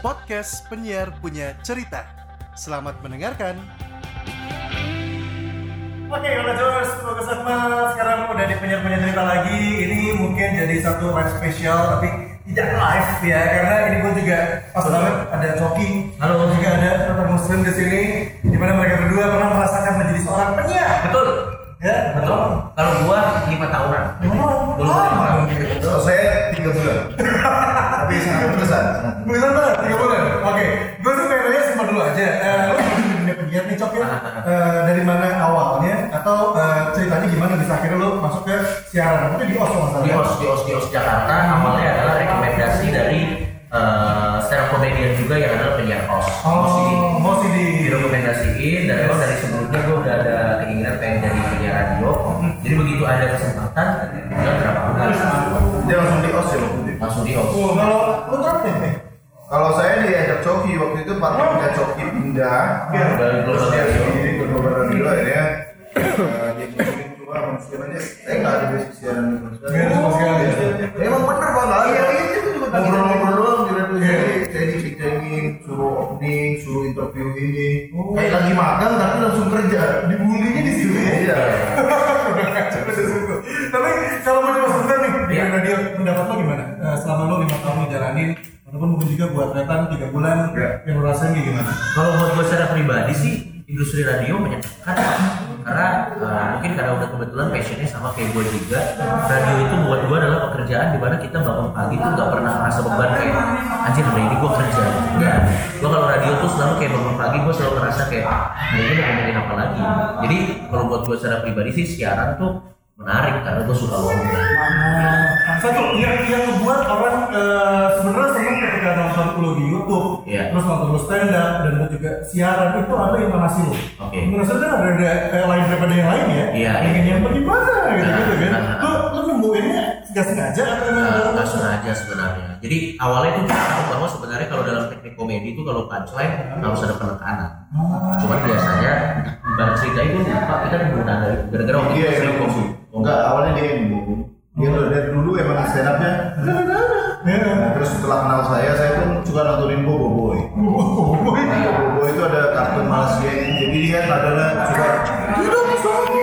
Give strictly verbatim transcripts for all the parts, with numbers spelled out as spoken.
podcast penyiar punya cerita. Selamat mendengarkan. Oke, kalau Josh, bagus banget. Sekarang udah di penyiar punya cerita lagi. Ini mungkin jadi satu live spesial, tapi tidak live ya, karena ini gue juga pas banget ada Coki. Halo, juga ada Dr. Muslim di sini, di mana mereka berdua pernah merasakan menjadi seorang penyiar. Betul. Ya, betul. Kalau gua lima tahunan. Lima tahun. Dulu lima tahun. Kalau saya tiga bulan. Tapi sangat berkesan. Berkesan banget, tiga bulan. Oke, gue sih pengen nanya simpel dulu aja. Eh, Lo di dunia penyiar nih, Cok ya? Eh, dari mana awalnya? Atau eh, ceritanya gimana bisa akhirnya lo masuk ke siaran? Mungkin di O S masalahnya. Di O S, di O S, di O S Jakarta. Awalnya adalah rekomendasi dari uh, stand up comedian juga yang adalah penyiar O S. Oh, mau sih di direkomendasiin dan memang dari sebelumnya gue udah ada keinginan pengen jadi penyiar radio. Jadi begitu ada kesempatan, udah berapa bulan Dia langsung di O S ya waktu itu. langsung di O S. Oh, kalau lo berapa nih? Kalau saya diajak Coki waktu itu partnernya Coki pindah. Iya. Dari Terus Global dia Radio. sendiri ke Global Radio akhirnya eh, dia bikin cuma manusia aja. Saya nggak ada basic siaran di manusia. Nggak ada sama sekali. Emang bener pak nggak ada. Ngobrol-ngobrol doang di radio Iya. jadi saya diceng-cengin, suruh opening, suruh interview ini. Oh. Kayak lagi magang tapi langsung kerja. Dibulinya di situ ya? Iya. Tapi kalau mau coba sebentar nih di Iya. radio, pendapat lo gimana? Eh, selama lo lima tahun ngejalanin, ataupun mungkin juga buat Retan tiga bulan, Iya. yang lo rasain kayak gimana? Kalau buat gue secara pribadi sih industri radio menyenangkan karena uh, mungkin karena udah kebetulan passionnya sama kayak gue juga. Radio itu buat gue adalah pekerjaan di mana kita bangun pagi tuh nggak pernah merasa beban kayak anjir hari ini gue kerja. Enggak. Gue kalau radio tuh selalu kayak bangun pagi gue selalu merasa kayak hari ini mau ngomongin apa lagi. Jadi kalau buat gue secara pribadi sih siaran tuh menarik karena gue suka ngomong. Nah, satu yang yang ngebuat orang eh, sebenarnya senang ketika nonton lo di YouTube, Iya. terus nonton lo stand up dan lo juga siaran itu ada intonasi lo. Oke. Intonasi kan ada ada kayak lain daripada yang lain ya. Iya, Ingin iya. yang bagaimana gitu gitu kan. Nah, nah, Lo lo nemuinnya nggak sengaja atau emang Nggak dalam nggak sengaja sebenarnya. Jadi awalnya tuh kita tahu bahwa sebenarnya kalau dalam teknik komedi itu kalau punchline harus ada penekanan. Cuman biasanya bang cerita itu lupa kita menggunakan dari gara-gara waktu Iya, itu iya, sering iya. ngomong. Enggak, awalnya dia yang ngomong. Dia tuh dari dulu emang stand up-nya. Nah, terus setelah kenal saya, saya pun suka nontonin Bobo Boy. Bobo Boy itu ada kartun malas geng. Jadi dia adalah suka hidup suami.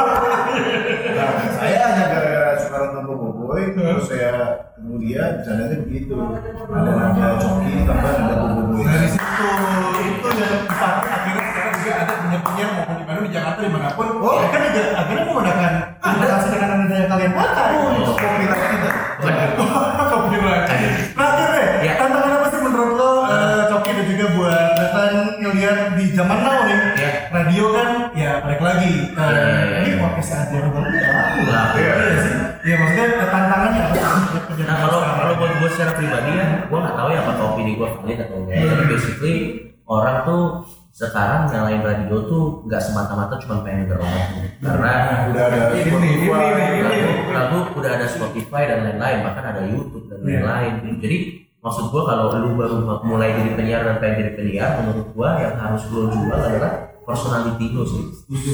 Nah, saya hanya gara-gara suka nonton Bobo Boy, terus saya ketemu dia, bercandanya begitu. Ada nada Coki, tambah nada Bobo Boy. Dari situ itu yang dipakai akhirnya sekarang juga ada penyiar-penyiar maupun di Bandung, di Jakarta dimanapun. Oh, kan juga akhirnya menggunakan intonasi dengan nada yang kalian pakai. Oh, copyright kita. Copyright. Terakhir deh, Ya. tantangan apa sih menurut lo, eh, Coki dan juga buat datang ngeliat di zaman now nih, Ya. radio kan, ya balik lagi. Eh, Ya, ya, ya, Ini ya. podcast aja baru nggak laku lah. Laku. Iya sih. Ya maksudnya eh, tantangannya apa sih? Nah kalau kalau buat gue secara pribadi ya, gue nggak tahu ya apakah opini gue valid atau enggak. Tapi basically orang tuh sekarang nyalain radio tuh nggak semata-mata cuma pengen denger orang tuh. Karena Udah ada Ini, ini, ini, ini. lagu, lagu udah ada Spotify dan lain-lain, bahkan ada YouTube dan lain-lain. Jadi maksud gue kalau lu baru mulai jadi penyiar dan pengen jadi penyiar, menurut gue yang harus lu jual adalah personality lu sih.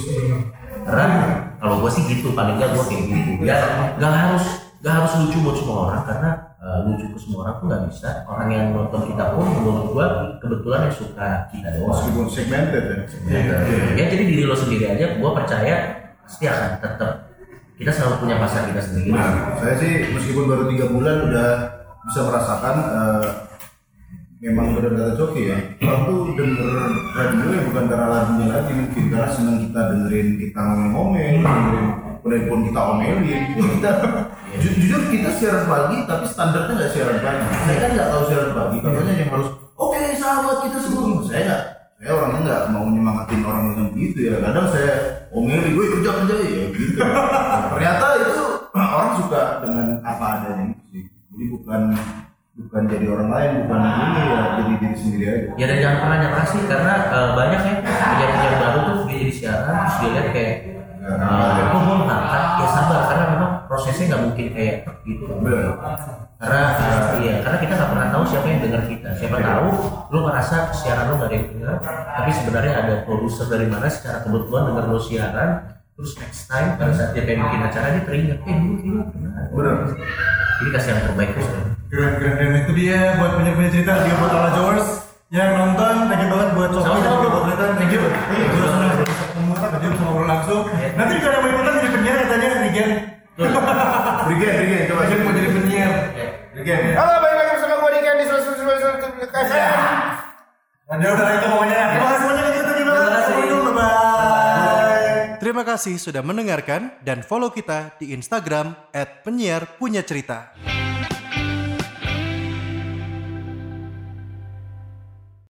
Karena kalau gue sih gitu, paling nggak gue kayak gitu. Ya nggak harus nggak harus lucu buat semua orang karena uh, lucu ke semua orang tuh nggak bisa. Orang yang nonton kita pun menurut gue kebetulan yang suka kita doang. meskipun segmented ya. Ya jadi diri lo sendiri aja, gue percaya pasti akan tetap kita selalu punya pasar kita sendiri. Nah, saya sih meskipun baru tiga bulan udah bisa merasakan eh, memang benar kata Coki ya. Orang tuh denger radio ya bukan karena lagunya lagi mungkin karena senang kita dengerin kita ngomel-ngomel, dengerin pun kita omelin. Ya, kita ju- jujur kita siaran pagi tapi standarnya nggak siaran pagi. Saya kan nggak tahu siaran pagi, katanya yang harus oke sahabat kita semua. Saya nggak, saya orangnya nggak mau nyemangatin orang dengan begitu ya. Kadang saya omelin, gue kerja kerja ya gitu. Nah, ternyata itu orang suka dengan apa adanya itu sih. Jadi bukan bukan jadi orang lain, bukan ini ya, jadi diri sendiri aja. Ya dan jangan pernah nyerah sih karena uh, banyak ya penyiar-penyiar baru tuh dia jadi siaran terus dia lihat kayak uh, oh gue ngangkat ya sabar karena memang prosesnya nggak mungkin kayak gitu. Benar. Karena uh, iya karena kita nggak pernah tahu siapa yang dengar kita. Siapa tahu lu ngerasa siaran lu nggak ada yang dengar, tapi sebenarnya ada produser dari mana secara kebetulan dengar lu siaran, terus next time pada saat dia pengen bikin acara dia teringat, eh dulu kayaknya pernah. Benar. Jadi kasih yang terbaik terus kan. Keren keren dan itu dia buat penyanyi cerita juga buat ala Jowers yang nonton. Thank you banget buat Coki dan juga buat Nathan. Thank you. Udah senang ketemu tadi bisa ngobrol langsung. Nanti juga ada yang mau ikutan jadi penyiar katanya Rigen. Rigen, Rigen, coba. Rigen mau jadi penyiar. Rigen. Halo, balik lagi bersama gue Rigen di Sulawesi Selatan. Ada udah itu pokoknya. Terima kasih banyak untuk terima kasih. Bye. Terima kasih sudah mendengarkan dan follow kita di Instagram et penyiar punya cerita.